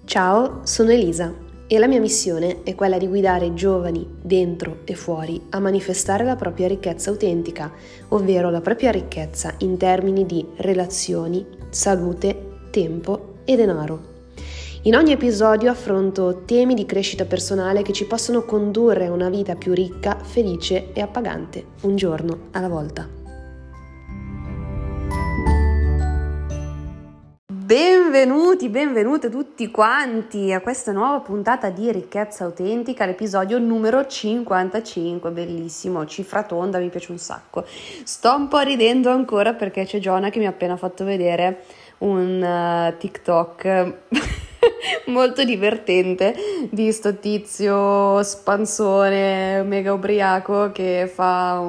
Ciao, sono Elisa e la mia missione è quella di guidare i giovani dentro e fuori a manifestare la propria ricchezza autentica, ovvero la propria ricchezza in termini di relazioni, salute, tempo e denaro. In ogni episodio affronto temi di crescita personale che ci possono condurre a una vita più ricca, felice e appagante, un giorno alla volta. Benvenute tutti quanti a questa nuova puntata di Ricchezza Autentica, l'episodio numero 55, bellissimo, cifra tonda, mi piace un sacco. Sto un po' ridendo ancora perché c'è Giona che mi ha appena fatto vedere un TikTok molto divertente di sto tizio spanzone mega ubriaco che fa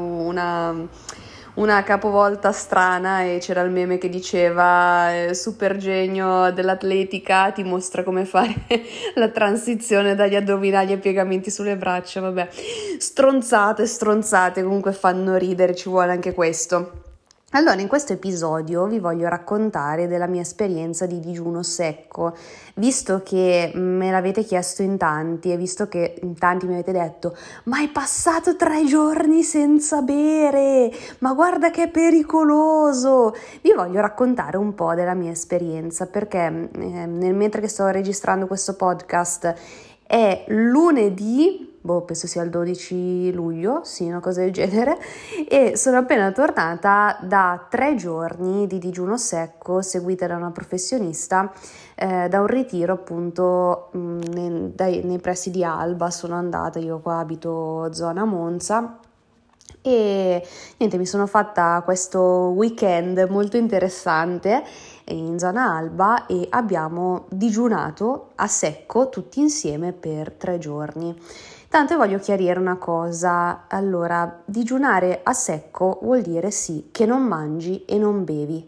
una capovolta strana e c'era il meme che diceva super genio dell'atletica, ti mostra come fare la transizione dagli addominali ai piegamenti sulle braccia. Vabbè, stronzate, comunque fanno ridere, ci vuole anche questo. Allora, in questo episodio vi voglio raccontare della mia esperienza di digiuno secco, visto che me l'avete chiesto in tanti e visto che in tanti mi avete detto ma hai passato 3 giorni senza bere, ma guarda che è pericoloso. Vi voglio raccontare un po' della mia esperienza perché mentre che sto registrando questo podcast è lunedì, penso sia il 12 luglio, sì, una cosa del genere, e sono appena tornata da 3 giorni di digiuno secco seguita da una professionista da un ritiro appunto nei pressi di Alba. Sono andata, io qua abito zona Monza, e niente, mi sono fatta questo weekend molto interessante in zona Alba e abbiamo digiunato a secco tutti insieme per 3 giorni. Tanto voglio chiarire una cosa. Allora, digiunare a secco vuol dire sì che non mangi e non bevi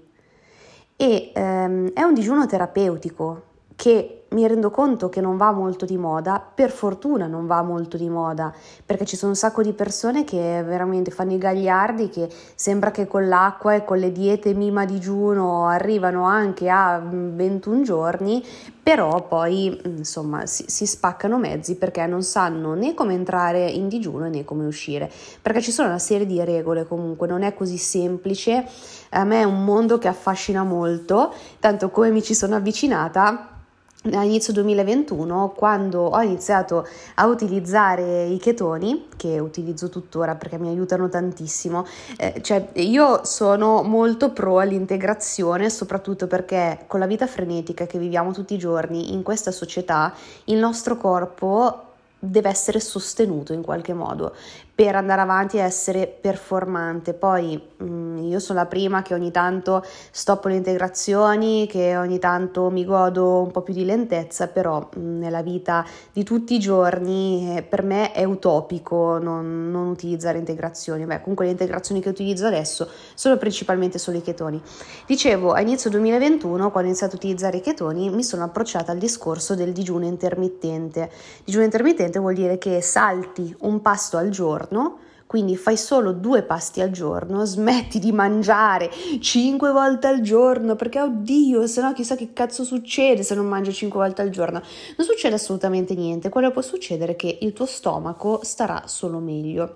e è un digiuno terapeutico che mi rendo conto che non va molto di moda, per fortuna non va molto di moda, perché ci sono un sacco di persone che veramente fanno i gagliardi, che sembra che con l'acqua e con le diete mima digiuno arrivano anche a 21 giorni, però poi insomma si spaccano mezzi perché non sanno né come entrare in digiuno né come uscire, perché ci sono una serie di regole, comunque non è così semplice. A me è un mondo che affascina molto, tanto come mi ci sono avvicinata a inizio 2021, quando ho iniziato a utilizzare i chetoni, che utilizzo tuttora perché mi aiutano tantissimo. Cioè io sono molto pro all'integrazione, soprattutto perché con la vita frenetica che viviamo tutti i giorni in questa società, il nostro corpo deve essere sostenuto in qualche modo per andare avanti e essere performante. Poi io sono la prima che ogni tanto stoppo le integrazioni, che ogni tanto mi godo un po' più di lentezza, però nella vita di tutti i giorni per me è utopico non utilizzare integrazioni. Comunque le integrazioni che utilizzo adesso sono principalmente solo i chetoni. Dicevo, a inizio 2021, quando ho iniziato a utilizzare i chetoni, mi sono approcciata al discorso del digiuno intermittente. Digiuno intermittente vuol dire che salti un pasto al giorno, quindi fai solo 2 pasti al giorno, smetti di mangiare 5 volte al giorno, perché oddio, se no chissà che cazzo succede se non mangi 5 volte al giorno. Non succede assolutamente niente, quello che può succedere è che il tuo stomaco starà solo meglio.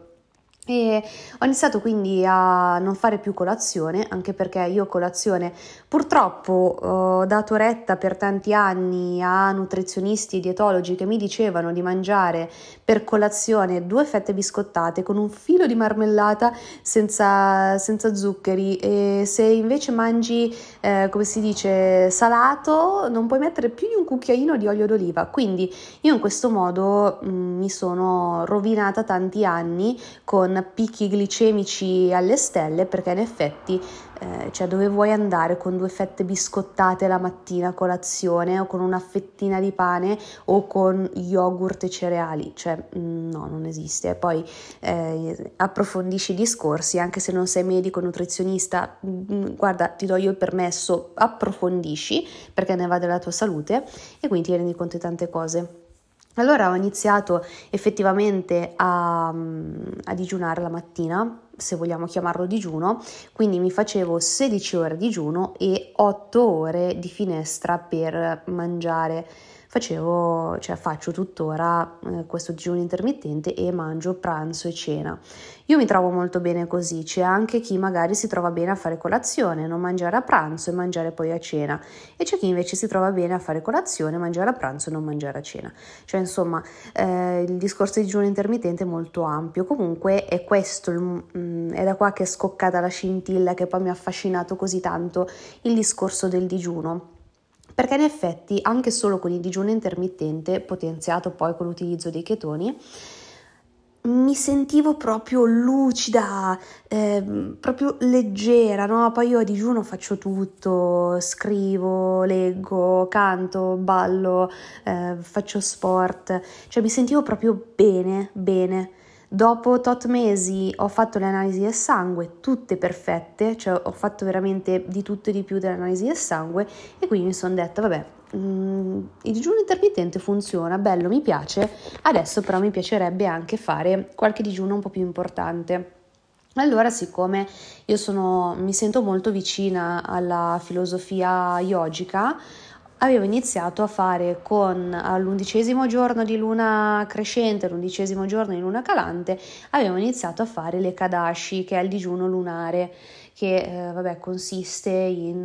E ho iniziato quindi a non fare più colazione, anche perché io colazione purtroppo ho dato retta per tanti anni a nutrizionisti e dietologi che mi dicevano di mangiare per colazione 2 fette biscottate con un filo di marmellata senza zuccheri, e se invece mangi come si dice salato non puoi mettere più di un cucchiaino di olio d'oliva. Quindi io in questo modo mi sono rovinata tanti anni con picchi glicemici alle stelle, perché in effetti cioè dove vuoi andare con 2 fette biscottate la mattina a colazione, o con una fettina di pane, o con yogurt e cereali? Cioè no, non esiste. E poi approfondisci i discorsi, anche se non sei medico nutrizionista, guarda, ti do io il permesso, approfondisci perché ne va della tua salute e quindi ti rendi conto di tante cose. Allora ho iniziato effettivamente a digiunare la mattina se vogliamo chiamarlo digiuno, quindi mi facevo 16 ore digiuno e 8 ore di finestra per mangiare. Faccio tuttora questo digiuno intermittente e mangio pranzo e cena. Io mi trovo molto bene così, c'è anche chi magari si trova bene a fare colazione, non mangiare a pranzo e mangiare poi a cena, e c'è chi invece si trova bene a fare colazione, mangiare a pranzo e non mangiare a cena. Cioè insomma il discorso di digiuno intermittente è molto ampio. Comunque è questo, è da qua che è scoccata la scintilla che poi mi ha affascinato così tanto il discorso del digiuno. Perché in effetti anche solo con il digiuno intermittente, potenziato poi con l'utilizzo dei chetoni, mi sentivo proprio lucida, proprio leggera, no? Poi io a digiuno faccio tutto, scrivo, leggo, canto, ballo, faccio sport, cioè mi sentivo proprio bene, bene. Dopo tot mesi ho fatto le analisi del sangue, tutte perfette, cioè ho fatto veramente di tutto e di più dell'analisi del sangue, e quindi mi sono detta, vabbè, il digiuno intermittente funziona, bello, mi piace, adesso però mi piacerebbe anche fare qualche digiuno un po' più importante. Allora, siccome mi sento molto vicina alla filosofia yogica, avevo iniziato a fare all'11° giorno di luna crescente, all'11° giorno di luna calante, avevo iniziato a fare l'Ekadashi, che è il digiuno lunare, che consiste in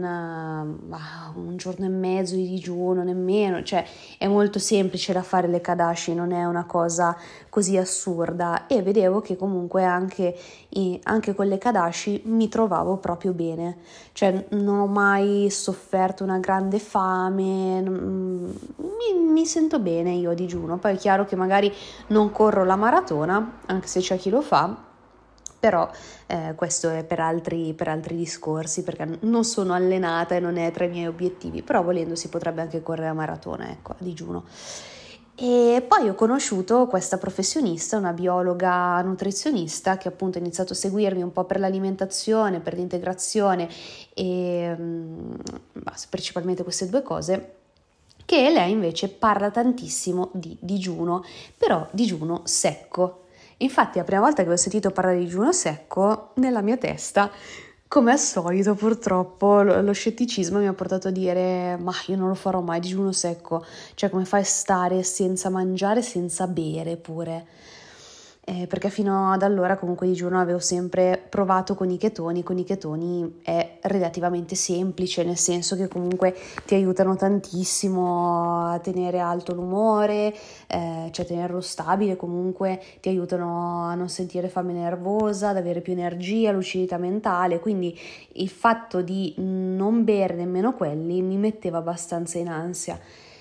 un giorno e mezzo di digiuno, nemmeno, cioè è molto semplice da fare l'Ekadashi, non è una cosa così assurda, e vedevo che comunque anche con l'Ekadashi mi trovavo proprio bene, cioè non ho mai sofferto una grande fame, mi sento bene io a digiuno. Poi è chiaro che magari non corro la maratona, anche se c'è chi lo fa, però questo è per altri discorsi, perché non sono allenata e non è tra i miei obiettivi, però volendo si potrebbe anche correre la maratona, ecco, a digiuno. E poi ho conosciuto questa professionista, una biologa nutrizionista, che appunto ha iniziato a seguirmi un po' per l'alimentazione, per l'integrazione e principalmente queste due cose, che lei invece parla tantissimo di digiuno, però digiuno secco. Infatti la prima volta che ho sentito parlare di digiuno secco, nella mia testa, come al solito purtroppo, lo scetticismo mi ha portato a dire: ma io non lo farò mai digiuno secco, cioè come fai a stare senza mangiare, senza bere pure? Perché fino ad allora comunque digiuno avevo sempre provato con i chetoni è relativamente semplice, nel senso che comunque ti aiutano tantissimo a tenere alto l'umore, cioè tenerlo stabile, comunque ti aiutano a non sentire fame nervosa, ad avere più energia, lucidità mentale, quindi il fatto di non bere nemmeno quelli mi metteva abbastanza in ansia.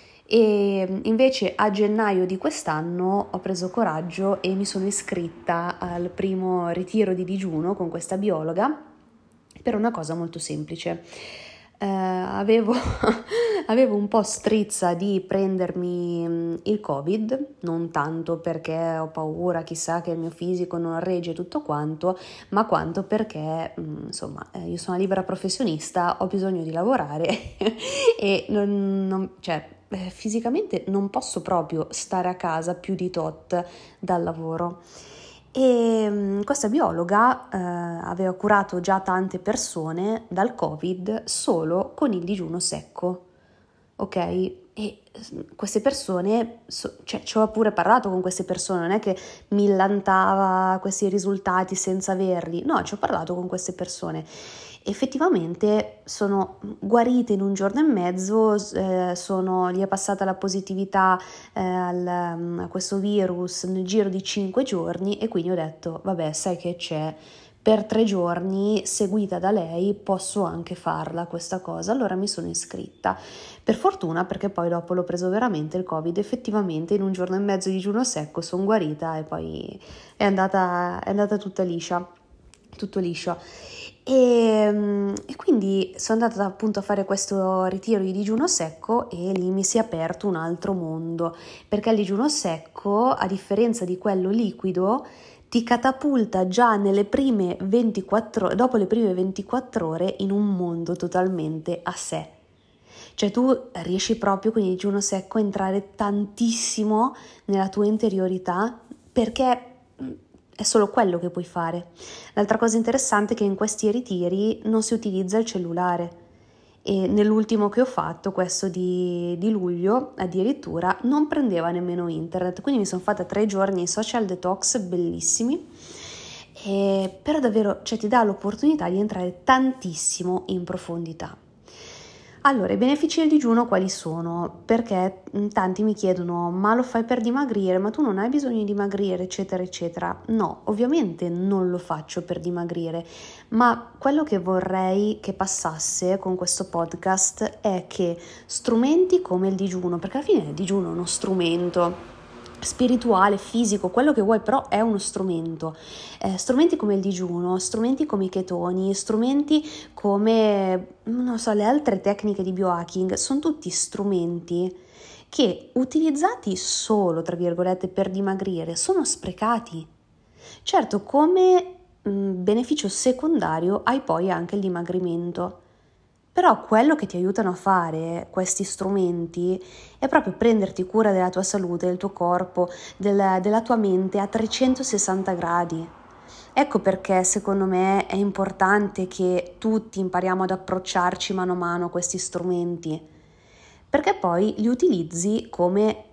E invece a gennaio di quest'anno ho preso coraggio e mi sono iscritta al primo ritiro di digiuno con questa biologa per una cosa molto semplice. Avevo un po' strizza di prendermi il Covid, non tanto perché ho paura, chissà che il mio fisico non regge tutto quanto, ma quanto perché io sono una libera professionista, ho bisogno di lavorare e fisicamente non posso proprio stare a casa più di tot dal lavoro. E questa biologa aveva curato già tante persone dal Covid solo con il digiuno secco, ok? E queste persone, ci ho pure parlato con queste persone, non è che millantava questi risultati senza averli, no, ci ho parlato con queste persone. Effettivamente sono guarite in un giorno e mezzo, gli è passata la positività a questo virus nel giro di 5 giorni, e quindi ho detto, vabbè, sai che c'è, per 3 giorni seguita da lei posso anche farla questa cosa. Allora mi sono iscritta, per fortuna, perché poi dopo l'ho preso veramente il Covid, effettivamente in un giorno e mezzo di digiuno secco sono guarita e poi è andata tutta liscia, tutto liscio. E quindi sono andata appunto a fare questo ritiro di digiuno secco e lì mi si è aperto un altro mondo, perché il digiuno secco, a differenza di quello liquido, ti catapulta già dopo le prime 24 ore in un mondo totalmente a sé. Cioè tu riesci proprio con il digiuno secco a entrare tantissimo nella tua interiorità, perché È solo quello che puoi fare. L'altra cosa interessante è che in questi ritiri non si utilizza il cellulare e nell'ultimo che ho fatto, questo di luglio, addirittura non prendeva nemmeno internet, quindi mi sono fatta 3 giorni social detox bellissimi, però davvero, cioè, ti dà l'opportunità di entrare tantissimo in profondità. Allora, i benefici del digiuno quali sono? Perché tanti mi chiedono, ma lo fai per dimagrire, ma tu non hai bisogno di dimagrire, eccetera, eccetera. No, ovviamente non lo faccio per dimagrire, ma quello che vorrei che passasse con questo podcast è che strumenti come il digiuno, perché alla fine il digiuno è uno strumento spirituale, fisico, quello che vuoi, però è uno strumento. Strumenti come il digiuno, strumenti come i chetoni, strumenti come, non so, le altre tecniche di biohacking, sono tutti strumenti che utilizzati solo, tra virgolette, per dimagrire, sono sprecati. Certo, come beneficio secondario hai poi anche il dimagrimento. Però quello che ti aiutano a fare questi strumenti è proprio prenderti cura della tua salute, del tuo corpo, della tua mente a 360 gradi. Ecco perché secondo me è importante che tutti impariamo ad approcciarci mano a mano a questi strumenti, perché poi li utilizzi come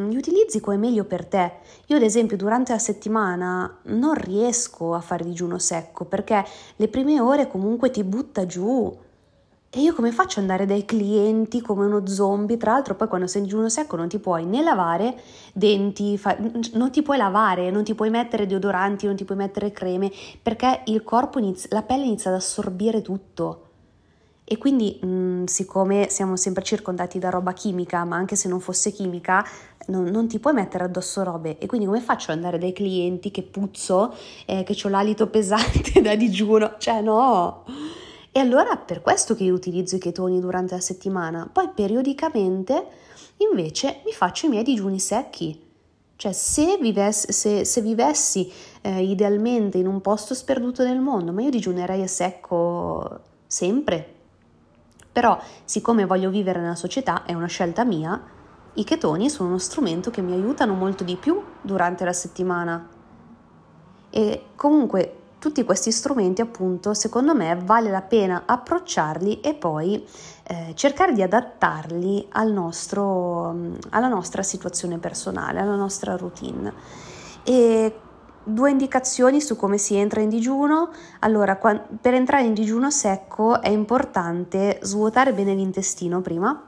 meglio per te. Io ad esempio durante la settimana non riesco a fare digiuno secco perché le prime ore comunque ti butta giù. E io come faccio ad andare dai clienti come uno zombie? Tra l'altro poi quando sei in digiuno secco non ti puoi né lavare denti, non ti puoi lavare, non ti puoi mettere deodoranti, non ti puoi mettere creme, perché il corpo la pelle inizia ad assorbire tutto. E quindi siccome siamo sempre circondati da roba chimica, ma anche se non fosse chimica, non ti puoi mettere addosso robe. E quindi come faccio ad andare dai clienti che puzzo, che ho l'alito pesante da digiuno? Cioè no! E allora per questo che io utilizzo i chetoni durante la settimana. Poi periodicamente invece mi faccio i miei digiuni secchi. Cioè se vivessi idealmente in un posto sperduto nel mondo, ma io digiunerei a secco sempre. Però siccome voglio vivere nella società, è una scelta mia, i chetoni sono uno strumento che mi aiutano molto di più durante la settimana. E comunque tutti questi strumenti, appunto, secondo me vale la pena approcciarli e poi cercare di adattarli alla nostra situazione personale, alla nostra routine. E 2 indicazioni su come si entra in digiuno. Allora, per entrare in digiuno secco è importante svuotare bene l'intestino prima,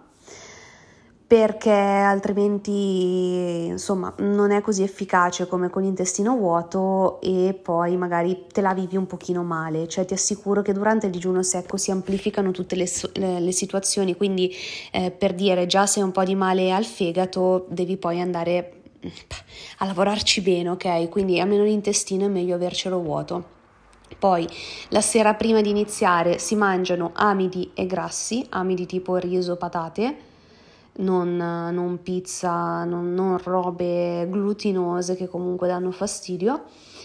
perché altrimenti insomma non è così efficace come con l'intestino vuoto e poi magari te la vivi un pochino male. Cioè ti assicuro che durante il digiuno secco si amplificano tutte le situazioni, quindi per dire, già se hai un po' di male al fegato devi poi andare a lavorarci bene, ok? Quindi almeno l'intestino è meglio avercelo vuoto. Poi la sera prima di iniziare si mangiano amidi e grassi, amidi tipo riso, patate, non pizza, non robe glutinose che comunque danno fastidio,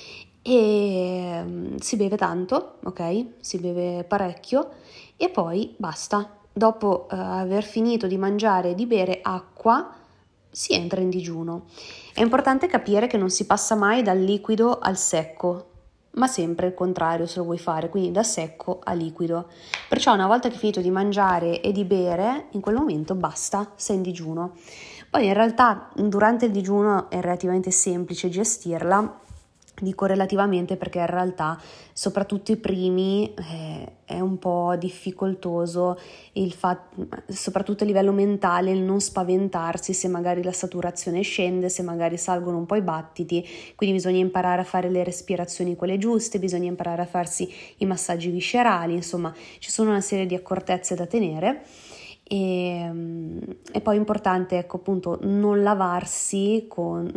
e si beve tanto, ok? Si beve parecchio e poi basta. Dopo aver finito di mangiare e di bere acqua si entra in digiuno. È importante capire che non si passa mai dal liquido al secco, ma sempre il contrario se lo vuoi fare, quindi da secco a liquido. Perciò una volta che hai finito di mangiare e di bere, in quel momento basta, sei in digiuno. Poi in realtà durante il digiuno è relativamente semplice gestirla, dico relativamente perché in realtà soprattutto i primi è un po' difficoltoso soprattutto a livello mentale, il non spaventarsi se magari la saturazione scende, se magari salgono un po' i battiti, quindi bisogna imparare a fare le respirazioni quelle giuste, bisogna imparare a farsi i massaggi viscerali, insomma ci sono una serie di accortezze da tenere. E poi è importante, ecco appunto, non lavarsi,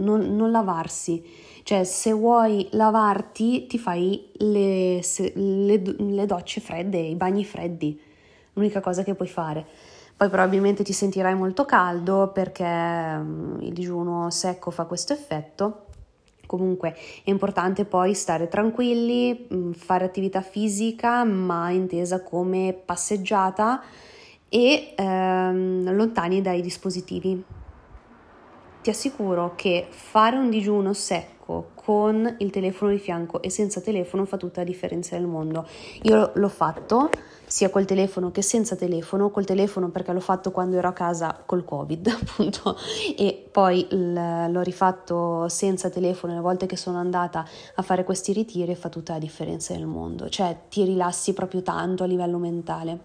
cioè se vuoi lavarti ti fai le docce fredde, i bagni freddi, l'unica cosa che puoi fare. Poi probabilmente ti sentirai molto caldo perché il digiuno secco fa questo effetto. Comunque è importante poi stare tranquilli, fare attività fisica ma intesa come passeggiata e lontani dai dispositivi. ti assicuro che fare un digiuno secco con il telefono di fianco e senza telefono fa tutta la differenza del mondo. Io l'ho fatto sia col telefono che senza telefono, col telefono perché l'ho fatto quando ero a casa col Covid, appunto, e poi l'ho rifatto senza telefono le volte che sono andata a fare questi ritiri, e fa tutta la differenza del mondo, cioè ti rilassi proprio tanto a livello mentale.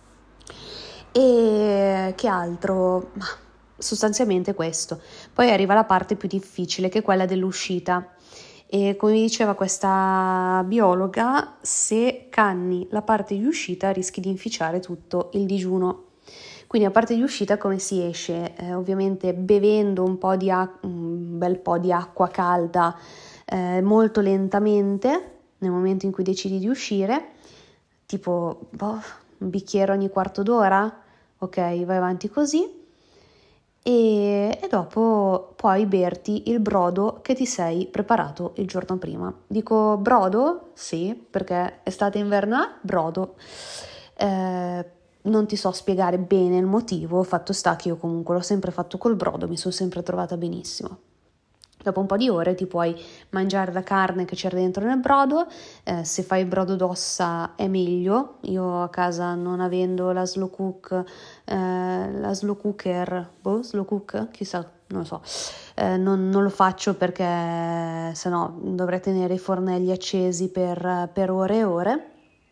E che altro? Ma sostanzialmente questo. Poi arriva la parte più difficile, che è quella dell'uscita. E come diceva questa biologa, se canni la parte di uscita rischi di inficiare tutto il digiuno. Quindi a parte di uscita come si esce? Ovviamente bevendo un bel po' di acqua calda molto lentamente nel momento in cui decidi di uscire, tipo un bicchiere ogni quarto d'ora, ok, vai avanti così. E dopo puoi berti il brodo che ti sei preparato il giorno prima. Dico brodo? Sì, perché estate e inverno brodo. Non ti so spiegare bene il motivo, fatto sta che io comunque l'ho sempre fatto col brodo, mi sono sempre trovata benissimo. Dopo un po' di ore ti puoi mangiare la carne che c'era dentro nel brodo, se fai il brodo d'ossa è meglio. Io a casa, non avendo la slow cook, la slow cooker, slow cook, chissà, non lo so, non lo faccio perché sennò dovrei tenere i fornelli accesi per ore e ore.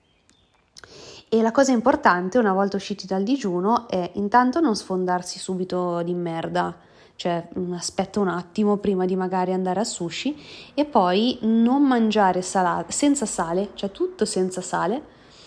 E la cosa importante una volta usciti dal digiuno è intanto non sfondarsi subito di merda, cioè aspetta un attimo prima di magari andare a sushi, e poi non mangiare senza sale, cioè tutto senza sale,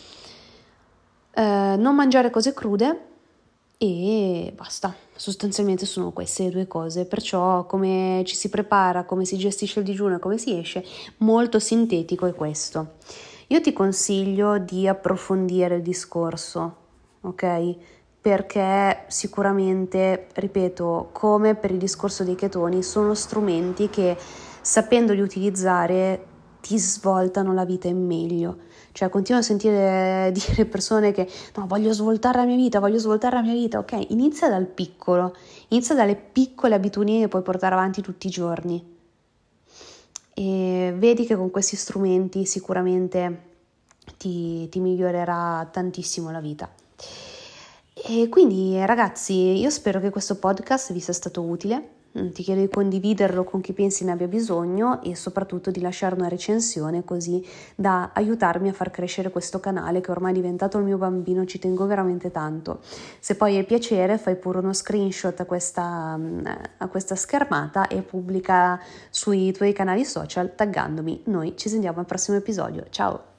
non mangiare cose crude e basta. Sostanzialmente sono queste le due cose, perciò come ci si prepara, come si gestisce il digiuno e come si esce, molto sintetico è questo. Io ti consiglio di approfondire il discorso, ok? Perché sicuramente, ripeto, come per il discorso dei chetoni, sono strumenti che, sapendoli utilizzare, ti svoltano la vita in meglio. Cioè, continuo a sentire dire persone che no, voglio svoltare la mia vita, ok? Inizia dal piccolo, inizia dalle piccole abitudini che puoi portare avanti tutti i giorni. E vedi che con questi strumenti sicuramente ti migliorerà tantissimo la vita. E quindi ragazzi, io spero che questo podcast vi sia stato utile. Ti chiedo di condividerlo con chi pensi ne abbia bisogno e soprattutto di lasciare una recensione, così da aiutarmi a far crescere questo canale che ormai è diventato il mio bambino, ci tengo veramente tanto. Se poi hai piacere, fai pure uno screenshot a questa schermata e pubblica sui tuoi canali social taggandomi. Noi ci sentiamo al prossimo episodio. Ciao!